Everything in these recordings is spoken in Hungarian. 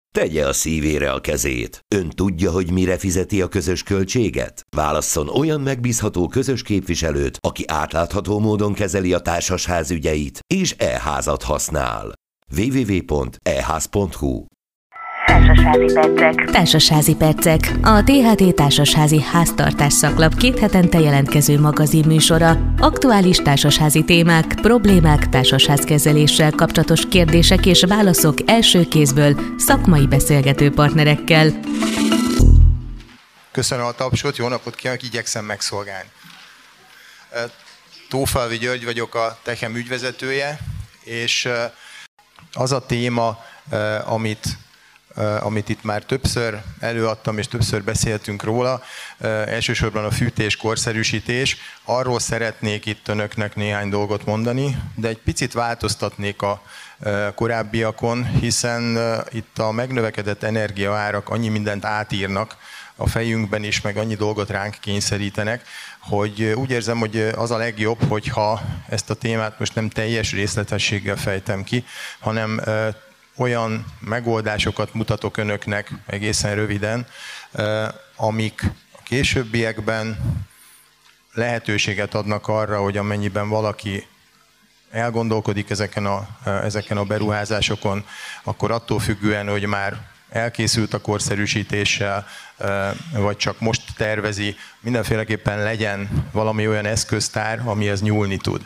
Tegye a szívére a kezét. Ön tudja, hogy mire fizeti a közös költséget? Válasszon olyan megbízható közös képviselőt, aki átlátható módon kezeli a társasház ügyeit, és e-házat használ. www.eház.hu Társasházi percek. Társasházi percek. A THT Társasházi Háztartás Szaklap 2 hetente jelentkező magazinműsora. Aktuális társasházi témák, problémák, társasházkezeléssel kapcsolatos kérdések és válaszok első kézből szakmai beszélgető partnerekkel. Köszönöm a tapsot, jó napot kívánok, igyekszem megszolgálni. Tófalvi György vagyok, a Techem ügyvezetője, és az a téma, amit itt már többször előadtam, és többször beszéltünk róla, elsősorban a fűtés, korszerűsítés. Arról szeretnék itt önöknek néhány dolgot mondani, de egy picit változtatnék a korábbiakon, hiszen itt a megnövekedett energiaárak annyi mindent átírnak a fejünkben is, meg annyi dolgot ránk kényszerítenek, hogy úgy érzem, hogy az a legjobb, hogyha ezt a témát most nem teljes részletességgel fejtem ki, hanem olyan megoldásokat mutatok önöknek egészen röviden, amik a későbbiekben lehetőséget adnak arra, hogy amennyiben valaki elgondolkodik ezeken a beruházásokon, akkor attól függően, hogy már elkészült a korszerűsítéssel, vagy csak most tervezi, mindenféleképpen legyen valami olyan eszköztár, amihez nyúlni tud.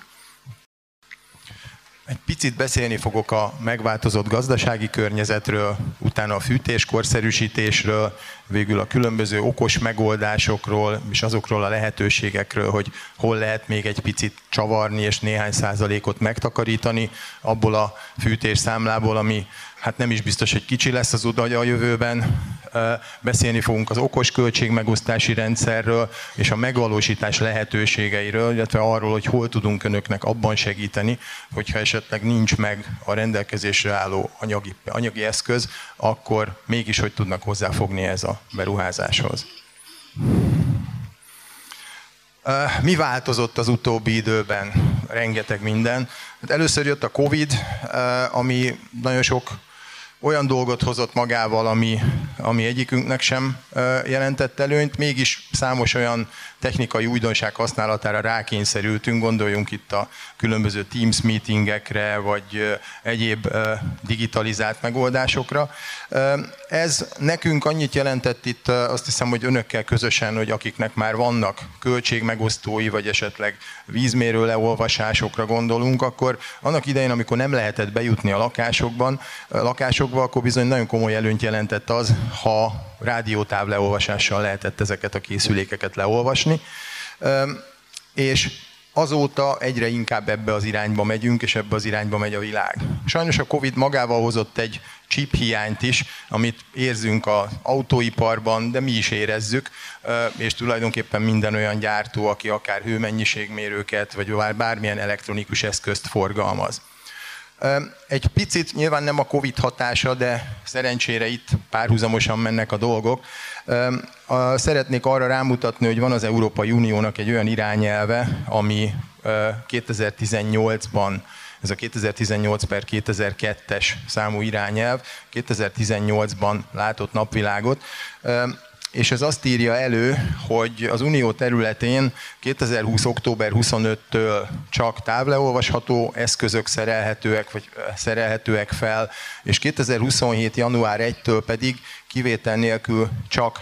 Egy picit beszélni fogok a megváltozott gazdasági környezetről, utána a fűtéskorszerűsítésről, végül a különböző okos megoldásokról, és azokról a lehetőségekről, hogy hol lehet még egy picit csavarni és néhány százalékot megtakarítani abból a fűtésszámlából, ami hát nem is biztos, hogy kicsi lesz az a jövőben. Beszélni fogunk az okos költségmegosztási rendszerről és a megvalósítás lehetőségeiről, illetve arról, hogy hol tudunk önöknek abban segíteni, hogyha esetleg nincs meg a rendelkezésre álló anyagi eszköz, akkor mégis hogy tudnak hozzáfogni ez a beruházáshoz. Mi változott az utóbbi időben? Rengeteg minden. Először jött a Covid, ami nagyon sok olyan dolgot hozott magával, ami egyikünknek sem jelentett előnyt, mégis számos olyan technikai újdonság használatára rákényszerültünk, gondoljunk itt a különböző Teams meetingekre, vagy egyéb digitalizált megoldásokra. Ez nekünk annyit jelentett itt, azt hiszem, hogy önökkel közösen, hogy akiknek már vannak költségmegosztói, vagy esetleg vízmérő leolvasásokra gondolunk, akkor annak idején, amikor nem lehetett bejutni a lakásokba, akkor bizony nagyon komoly előnyt jelentett az, ha rádiótáv leolvasással lehetett ezeket a készülékeket leolvasni. És azóta egyre inkább ebbe az irányba megyünk, és ebbe az irányba megy a világ. Sajnos a Covid magával hozott egy chip hiányt is, amit érzünk az autóiparban, de mi is érezzük, és tulajdonképpen minden olyan gyártó, aki akár hőmennyiségmérőket, vagy bármilyen elektronikus eszközt forgalmaz. Egy picit nyilván nem a Covid hatása, de szerencsére itt párhuzamosan mennek a dolgok. Szeretnék arra rámutatni, hogy van az Európai Uniónak egy olyan irányelve, ami 2018-ban, ez a 2018/2002-es számú irányelv, 2018-ban látott napvilágot, és ez azt írja elő, hogy az Unió területén 2020. október 25-től csak távleolvasható eszközök szerelhetőek fel, és 2027. január 1-től pedig kivétel nélkül csak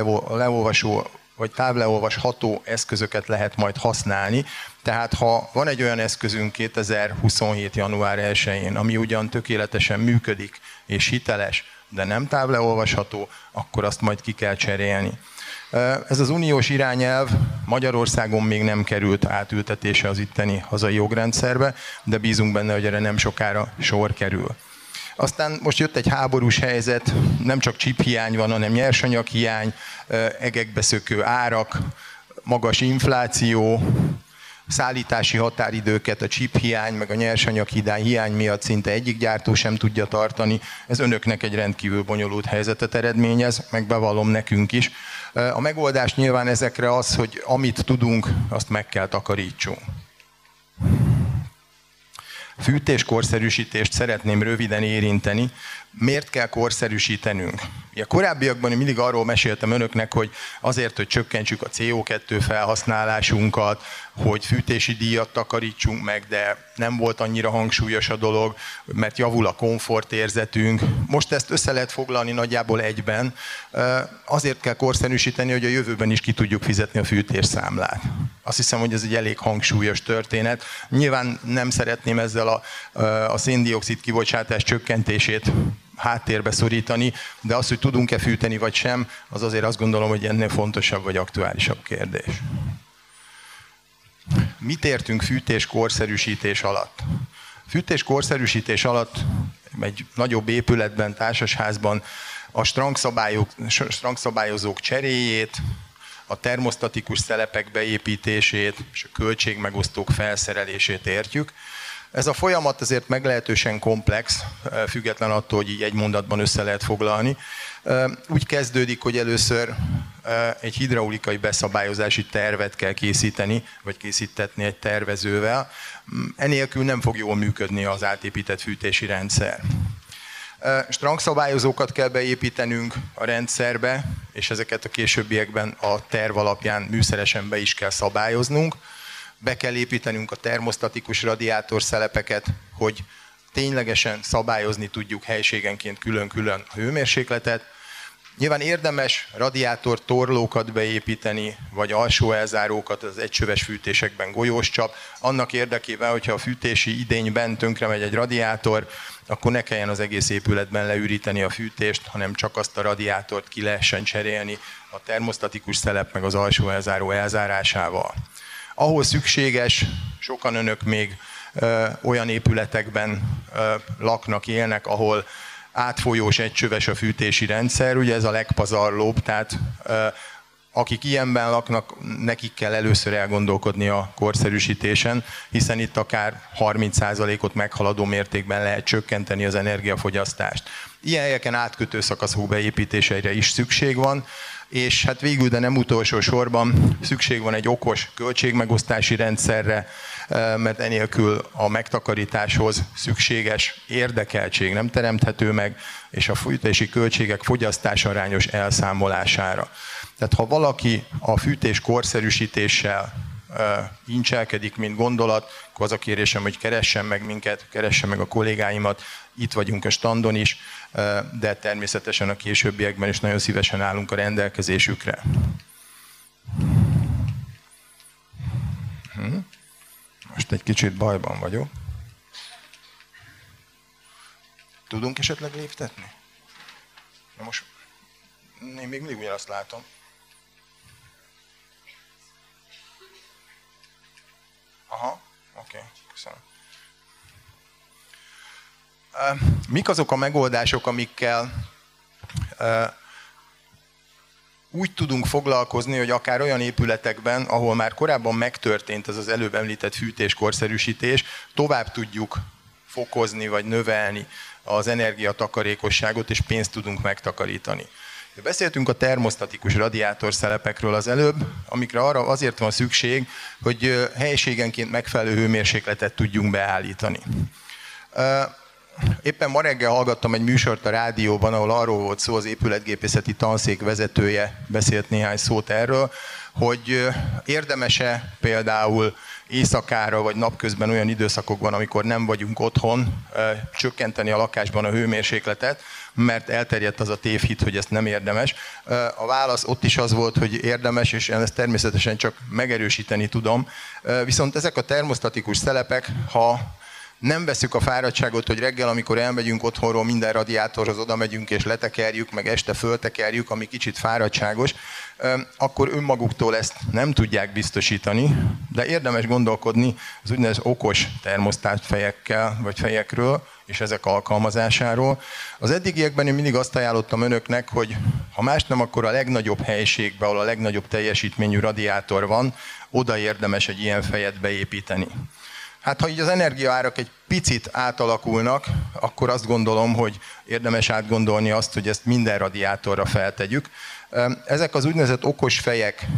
távleolvasható eszközöket lehet majd használni. Tehát ha van egy olyan eszközünk 2027. január 1-én, ami ugyan tökéletesen működik és hiteles, de nem távleolvasható, akkor azt majd ki kell cserélni. Ez az uniós irányelv Magyarországon még nem került átültetése az itteni hazai jogrendszerbe, de bízunk benne, hogy erre nem sokára sor kerül. Aztán most jött egy háborús helyzet, nem csak chiphiány van, hanem nyersanyaghiány, egekbeszökő árak, magas infláció, szállítási határidőket a chiphiány, meg a nyersanyaghiány miatt szinte egyik gyártó sem tudja tartani. Ez önöknek egy rendkívül bonyolult helyzetet eredményez, meg bevallom nekünk is. A megoldás nyilván ezekre az, hogy amit tudunk, azt meg kell takarítsunk. fűtéskorszerűsítést szeretném röviden érinteni. Miért kell korszerűsítenünk? A korábbiakban én mindig arról meséltem önöknek, hogy azért, hogy csökkentsük a CO2 felhasználásunkat, hogy fűtési díjat takarítsunk meg, de nem volt annyira hangsúlyos a dolog, mert javul a komfortérzetünk. Most ezt össze lehet foglalni nagyjából egyben. Azért kell korszerűsíteni, hogy a jövőben is ki tudjuk fizetni a fűtésszámlát. Azt hiszem, hogy ez egy elég hangsúlyos történet. Nyilván nem szeretném ezzel a szén-dioxid kibocsátás csökkentését háttérbe szorítani, de az, hogy tudunk-e fűteni vagy sem, az azért azt gondolom, hogy ennél fontosabb vagy aktuálisabb kérdés. Mit értünk fűtéskorszerűsítés alatt? Fűtéskorszerűsítés alatt egy nagyobb épületben, társasházban a strangszabályozók cseréjét, a termosztatikus szelepek beépítését és a költségmegosztók felszerelését értjük. Ez a folyamat azért meglehetősen komplex, független attól, hogy így egy mondatban össze lehet foglalni. Úgy kezdődik, hogy először egy hidraulikai beszabályozási tervet kell készíteni, vagy készítetni egy tervezővel. Enélkül nem fog jól működni az átépített fűtési rendszer. Strangszabályozókat kell beépítenünk a rendszerbe, és ezeket a későbbiekben a terv alapján műszeresen be is kell szabályoznunk. Be kell építenünk a termosztatikus radiátorszelepeket, hogy ténylegesen szabályozni tudjuk helységenként külön-külön a hőmérsékletet. Nyilván érdemes radiátortorlókat beépíteni, vagy alsó elzárókat az egycsöves fűtésekben golyóscsap, annak érdekében, hogyha a fűtési idényben tönkre megy egy radiátor, akkor ne kelljen az egész épületben leüríteni a fűtést, hanem csak azt a radiátort ki lehessen cserélni a termosztatikus szelep meg az alsó elzáró elzárásával. Ahol szükséges, sokan önök még olyan épületekben laknak, élnek, ahol átfolyós egycsöves a fűtési rendszer, ugye ez a legpazarlóbb, tehát akik ilyenben laknak, nekik kell először elgondolkodni a korszerűsítésen, hiszen itt akár 30%-ot meghaladó mértékben lehet csökkenteni az energiafogyasztást. Ilyen helyeken átkötő szakaszok beépítéseire is szükség van, és hát végül, de nem utolsó sorban szükség van egy okos költségmegosztási rendszerre, mert enélkül a megtakarításhoz szükséges érdekeltség nem teremthető meg, és a fűtési költségek fogyasztásarányos elszámolására. Tehát ha valaki a fűtés korszerűsítéssel incselkedik, mint gondolat, akkor az a kérésem, hogy keressen meg minket, keressen meg a kollégáimat, itt vagyunk a standon is, de természetesen a későbbiekben is nagyon szívesen állunk a rendelkezésükre. Most egy kicsit bajban vagyok. Tudunk esetleg léptetni? Na most én még mindig ugyanazt látom. Aha, oké, köszönöm. Mik azok a megoldások, amikkel úgy tudunk foglalkozni, hogy akár olyan épületekben, ahol már korábban megtörtént ez az előbb említett fűtéskorszerűsítés, tovább tudjuk fokozni vagy növelni az energiatakarékosságot, és pénzt tudunk megtakarítani. Beszéltünk a termosztatikus radiátorszelepekről az előbb, amikre arra azért van szükség, hogy helységenként megfelelő hőmérsékletet tudjunk beállítani. Éppen ma reggel hallgattam egy műsort a rádióban, ahol arról volt szó, az épületgépészeti tanszék vezetője beszélt néhány szót erről, hogy érdemes-e például éjszakára vagy napközben olyan időszakokban, amikor nem vagyunk otthon, csökkenteni a lakásban a hőmérsékletet, mert elterjedt az a tévhit, hogy ezt nem érdemes. A válasz ott is az volt, hogy érdemes, és ezt természetesen csak megerősíteni tudom. Viszont ezek a termosztatikus szelepek, ha nem veszük a fáradtságot, hogy reggel, amikor elmegyünk otthonról, minden radiátorhoz oda megyünk és letekerjük, meg este föltekerjük, ami kicsit fáradtságos, akkor önmaguktól ezt nem tudják biztosítani, de érdemes gondolkodni az úgynevezett okos termosztátfejekkel, vagy fejekről, és ezek alkalmazásáról. Az eddigiekben én mindig azt ajánlottam önöknek, hogy ha más nem, akkor a legnagyobb helyiségben, ahol a legnagyobb teljesítményű radiátor van, oda érdemes egy ilyen fejet beépíteni. Hát ha így az energiaárak egy picit átalakulnak, akkor azt gondolom, hogy érdemes átgondolni azt, hogy ezt minden radiátorra feltegyük. Ezek az úgynevezett okos fejek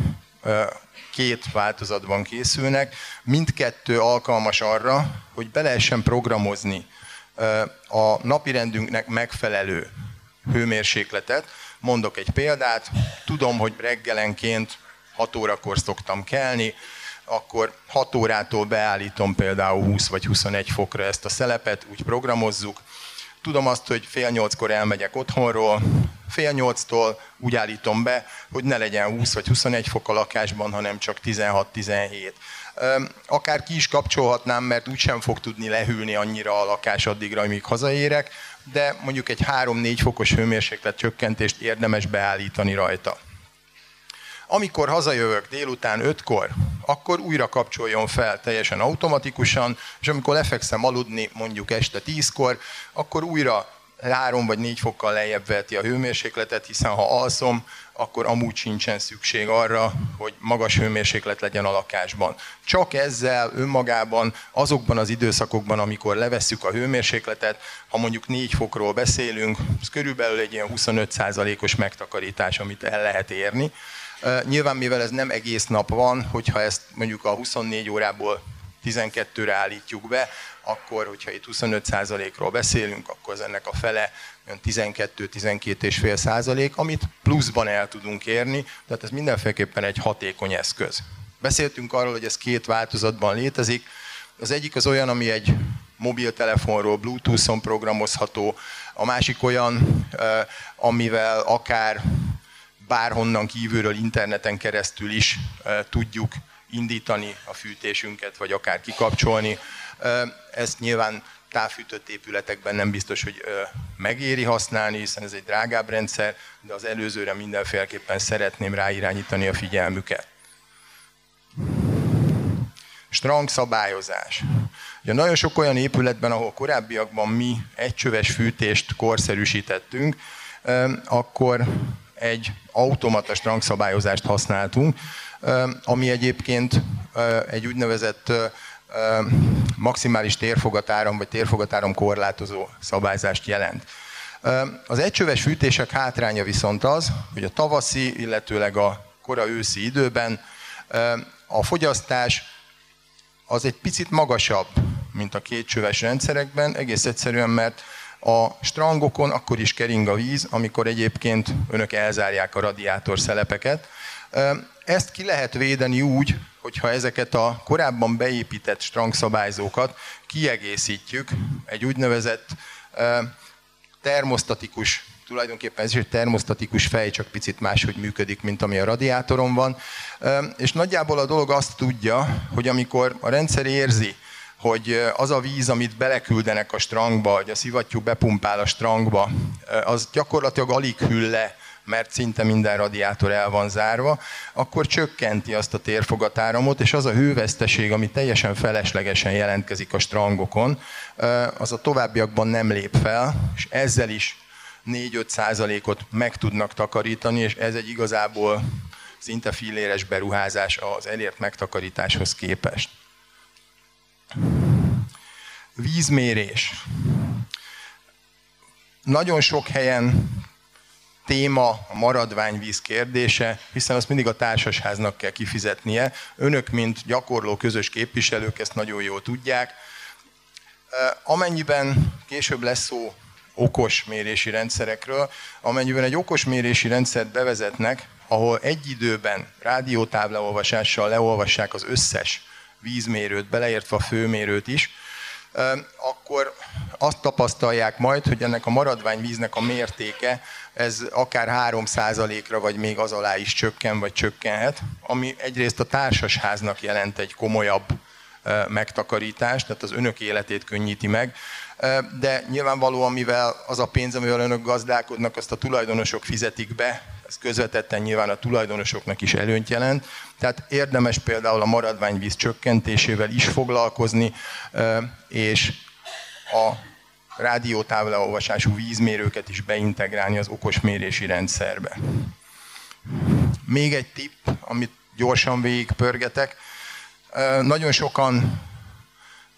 két változatban készülnek, mindkettő alkalmas arra, hogy be lehessen programozni a napirendünknek megfelelő hőmérsékletet. Mondok egy példát, tudom, hogy reggelenként 6 órakor szoktam kelni, akkor 6 órától beállítom például 20 vagy 21 fokra ezt a szelepet, úgy programozzuk. Tudom azt, hogy fél 8-kor elmegyek otthonról, fél 8-tól úgy állítom be, hogy ne legyen 20 vagy 21 fok a lakásban, hanem csak 16-17. Akár ki is kapcsolhatnám, mert úgysem fog tudni lehűlni annyira a lakás addigra, amíg hazaérek, de mondjuk egy 3-4 fokos hőmérséklet csökkentést érdemes beállítani rajta. Amikor hazajövök délután 5-kor, akkor újra kapcsoljon fel teljesen automatikusan, és amikor lefekszem aludni mondjuk este 10-kor, akkor újra 3 vagy 4 fokkal lejjebb veheti a hőmérsékletet, hiszen ha alszom, akkor amúgy sincsen szükség arra, hogy magas hőmérséklet legyen a lakásban. Csak ezzel önmagában, azokban az időszakokban, amikor levesszük a hőmérsékletet, ha mondjuk 4 fokról beszélünk, ez körülbelül egy ilyen 25%-os megtakarítás, amit el lehet érni. Nyilván, mivel ez nem egész nap van, hogyha ezt mondjuk a 24 órából 12-re állítjuk be, akkor, hogyha itt 25%-ról beszélünk, akkor az ennek a fele 12-12,5%, amit pluszban el tudunk érni, tehát ez mindenféleképpen egy hatékony eszköz. Beszéltünk arról, hogy ez két változatban létezik. Az egyik az olyan, ami egy mobiltelefonról Bluetooth-on programozható, a másik olyan, amivel akár bárhonnan kívülről, interneten keresztül is tudjuk indítani a fűtésünket, vagy akár kikapcsolni. Ezt nyilván távfűtött épületekben nem biztos, hogy megéri használni, hiszen ez egy drágább rendszer, de az előzőre mindenféleképpen szeretném ráirányítani a figyelmüket. Strangszabályozás. Ugye nagyon sok olyan épületben, ahol korábbiakban mi egycsöves fűtést korszerűsítettünk, akkor egy automata strangszabályozást használtunk, ami egyébként egy úgynevezett maximális térfogatáram vagy térfogatáram korlátozó szabályzást jelent. Az egycsöves fűtések hátránya viszont az, hogy a tavaszi, illetőleg a kora őszi időben a fogyasztás az egy picit magasabb, mint a kétcsöves rendszerekben, egész egyszerűen, mert a strangokon akkor is kering a víz, amikor egyébként önök elzárják a radiátor szelepeket. Ezt ki lehet védeni úgy, hogyha ezeket a korábban beépített strangszabályzókat kiegészítjük egy úgynevezett termosztatikus, tulajdonképpen ez is egy termosztatikus fej, csak picit máshogy működik, mint ami a radiátoron van. És nagyjából a dolog azt tudja, hogy amikor a rendszer érzi, hogy az a víz, amit beleküldenek a strangba, hogy a szivattyú bepumpál a strangba, az gyakorlatilag alig hűl le, mert szinte minden radiátor el van zárva, akkor csökkenti azt a térfogatáramot, és az a hőveszteség, ami teljesen feleslegesen jelentkezik a strangokon, az a továbbiakban nem lép fel, és ezzel is 4-5%-ot meg tudnak takarítani, és ez egy igazából szinte filléres beruházás az elért megtakarításhoz képest. Vízmérés. Nagyon sok helyen téma a maradványvíz kérdése, hiszen azt mindig a társasháznak kell kifizetnie. Önök, mint gyakorló közös képviselők ezt nagyon jól tudják. Amennyiben később lesz szó okos mérési rendszerekről, amennyiben egy okos mérési rendszert bevezetnek, ahol egy időben rádiótáblaolvasással leolvassák az összes vízmérőt, beleértve a főmérőt is, akkor azt tapasztalják majd, hogy ennek a maradványvíznek a mértéke, ez akár 3%-ra, vagy még az alá is csökken, vagy csökkenhet, ami egyrészt a társasháznak jelent egy komolyabb megtakarítást, tehát az önök életét könnyíti meg, de nyilvánvalóan, mivel az a pénz, amivel önök gazdálkodnak, azt a tulajdonosok fizetik be, ez közvetetten nyilván a tulajdonosoknak is előnyt jelent, tehát érdemes például a maradványvíz csökkentésével is foglalkozni, és a rádiótáblaolvasású vízmérőket is beintegrálni az okos mérési rendszerbe. Még egy tipp, amit gyorsan végigpörgetek. Nagyon sokan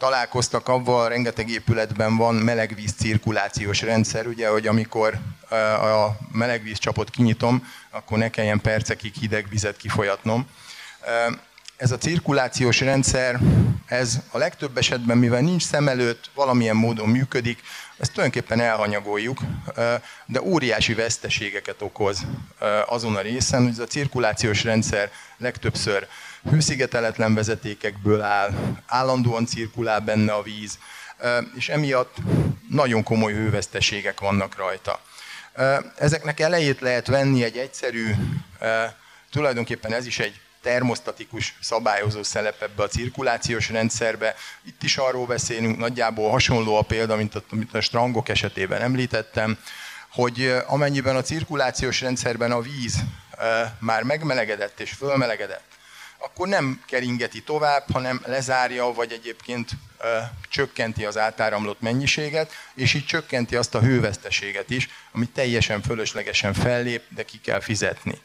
találkoztak avval, rengeteg épületben van melegvíz cirkulációs rendszer, ugye, hogy amikor a melegvízcsapot kinyitom, akkor ne kelljen percekig hideg vizet kifolyatnom. Ez a cirkulációs rendszer, ez a legtöbb esetben, mivel nincs szem előtt, valamilyen módon működik, ezt tulajdonképpen elhanyagoljuk, de óriási veszteségeket okoz azon a részen, hogy ez a cirkulációs rendszer legtöbbször hőszigeteletlen vezetékekből áll, állandóan cirkulál benne a víz, és emiatt nagyon komoly hőveszteségek vannak rajta. Ezeknek elejét lehet venni egy egyszerű, tulajdonképpen ez is egy termosztatikus szabályozó szelep ebbe a cirkulációs rendszerbe. Itt is arról beszélünk, nagyjából hasonló a példa, mint a strangok esetében említettem, hogy amennyiben a cirkulációs rendszerben a víz már megmelegedett és fölmelegedett, akkor nem keringeti tovább, hanem lezárja, vagy egyébként csökkenti az átáramlott mennyiséget, és így csökkenti azt a hőveszteséget is, ami teljesen fölöslegesen fellép, de ki kell fizetni.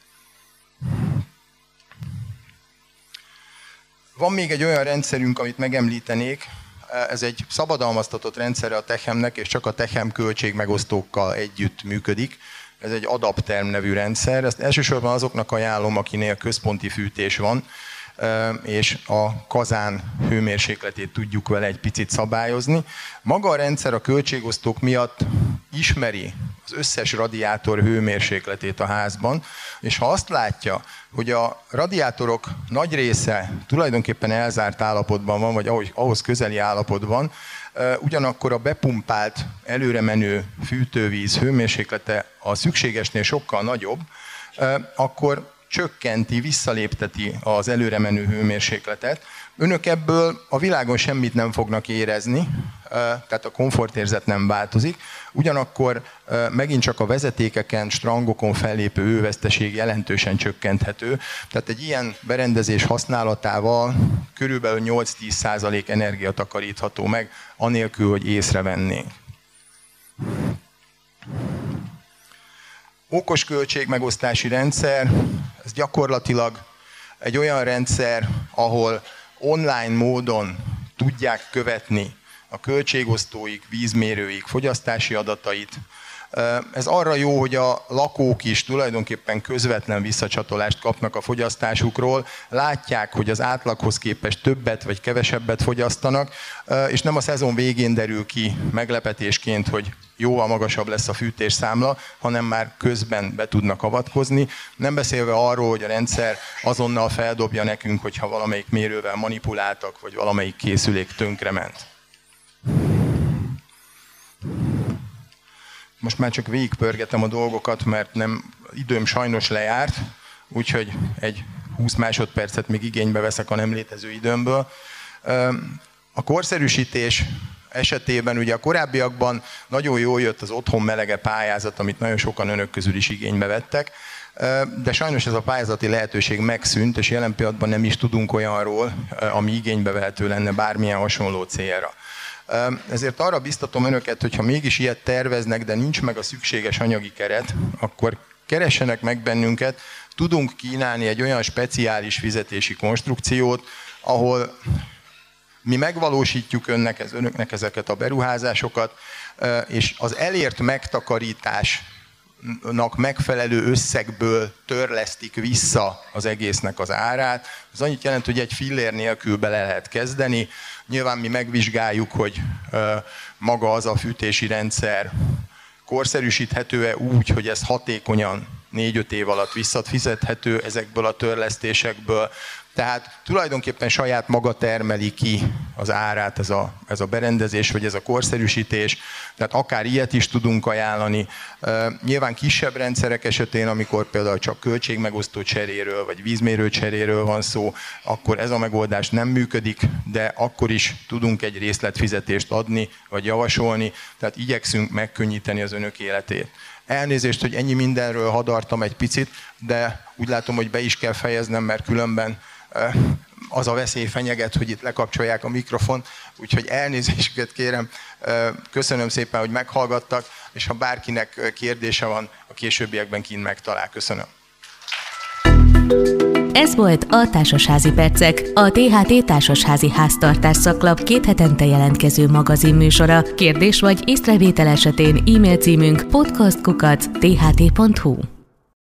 Van még egy olyan rendszerünk, amit megemlítenék, ez egy szabadalmaztatott rendszere a Techemnek, és csak a Techem költségmegosztókkal együtt működik. Ez egy Adapterm nevű rendszer, ezt elsősorban azoknak ajánlom, akinél központi fűtés van, és a kazán hőmérsékletét tudjuk vele egy picit szabályozni. Maga a rendszer a költségosztók miatt ismeri az összes radiátor hőmérsékletét a házban, és ha azt látja, hogy a radiátorok nagy része tulajdonképpen elzárt állapotban van, vagy ahhoz közeli állapotban, ugyanakkor a bepumpált, előre menő fűtővíz hőmérséklete a szükségesnél sokkal nagyobb, akkor csökkenti, visszalépteti az előre menő hőmérsékletet. Önök ebből a világon semmit nem fognak érezni, tehát a komfortérzet nem változik, ugyanakkor megint csak a vezetékeken, strangokon fellépő hőveszteség jelentősen csökkenthető. Tehát egy ilyen berendezés használatával körülbelül 8-10% energia takarítható meg, anélkül, hogy észrevennénk. Okos költségmegosztási rendszer, ez gyakorlatilag egy olyan rendszer, ahol online módon tudják követni a költségosztóik, vízmérőik fogyasztási adatait. Ez arra jó, hogy a lakók is tulajdonképpen közvetlen visszacsatolást kapnak a fogyasztásukról, látják, hogy az átlaghoz képest többet vagy kevesebbet fogyasztanak, és nem a szezon végén derül ki meglepetésként, hogy jóval magasabb lesz a fűtésszámla, hanem már közben be tudnak avatkozni. Nem beszélve arról, hogy a rendszer azonnal feldobja nekünk, hogyha valamelyik mérővel manipuláltak, vagy valamelyik készülék tönkrement. Most már csak végigpörgetem a dolgokat, mert időm sajnos lejárt, úgyhogy egy 20 másodpercet még igénybe veszek a nem létező időmből. A korszerűsítés esetében ugye a korábbiakban nagyon jól jött az otthon melege pályázat, amit nagyon sokan önök közül is igénybe vettek, de sajnos ez a pályázati lehetőség megszűnt, és jelen pillanatban nem is tudunk olyanról, ami igénybe vehető lenne bármilyen hasonló célra. Ezért arra biztatom önöket, hogyha mégis ilyet terveznek, de nincs meg a szükséges anyagi keret, akkor keressenek meg bennünket, tudunk kínálni egy olyan speciális fizetési konstrukciót, ahol mi megvalósítjuk önöknek ezeket a beruházásokat, és az elért megtakarításnak megfelelő összegből törlesztik vissza az egésznek az árát. Ez annyit jelent, hogy egy fillér nélkül bele lehet kezdeni. Nyilván mi megvizsgáljuk, hogy maga az a fűtési rendszer korszerűsíthető-e úgy, hogy ez hatékonyan 4-5 év alatt visszafizethető ezekből a törlesztésekből. Tehát tulajdonképpen saját maga termeli ki az árát ez a berendezés, vagy ez a korszerűsítés. Tehát akár ilyet is tudunk ajánlani. Nyilván kisebb rendszerek esetén, amikor például csak költségmegosztó cseréről, vagy vízmérő cseréről van szó, akkor ez a megoldás nem működik, de akkor is tudunk egy részletfizetést adni, vagy javasolni. Tehát igyekszünk megkönnyíteni az önök életét. Elnézést, hogy ennyi mindenről hadartam egy picit, de úgy látom, hogy be is kell fejeznem, mert különben az a veszély fenyeget, hogy itt lekapcsolják a mikrofont, úgyhogy elnézésüket kérem, köszönöm szépen, hogy meghallgattak, és ha bárkinek kérdése van, a későbbiekben kint megtalál. Köszönöm. Ez volt a Társasházi Percek, a THT Társasházi Háztartás Szaklap 2 hetente jelentkező magazinműsora. Kérdés vagy észrevétel esetén e-mail címünk podcast@tht.hu.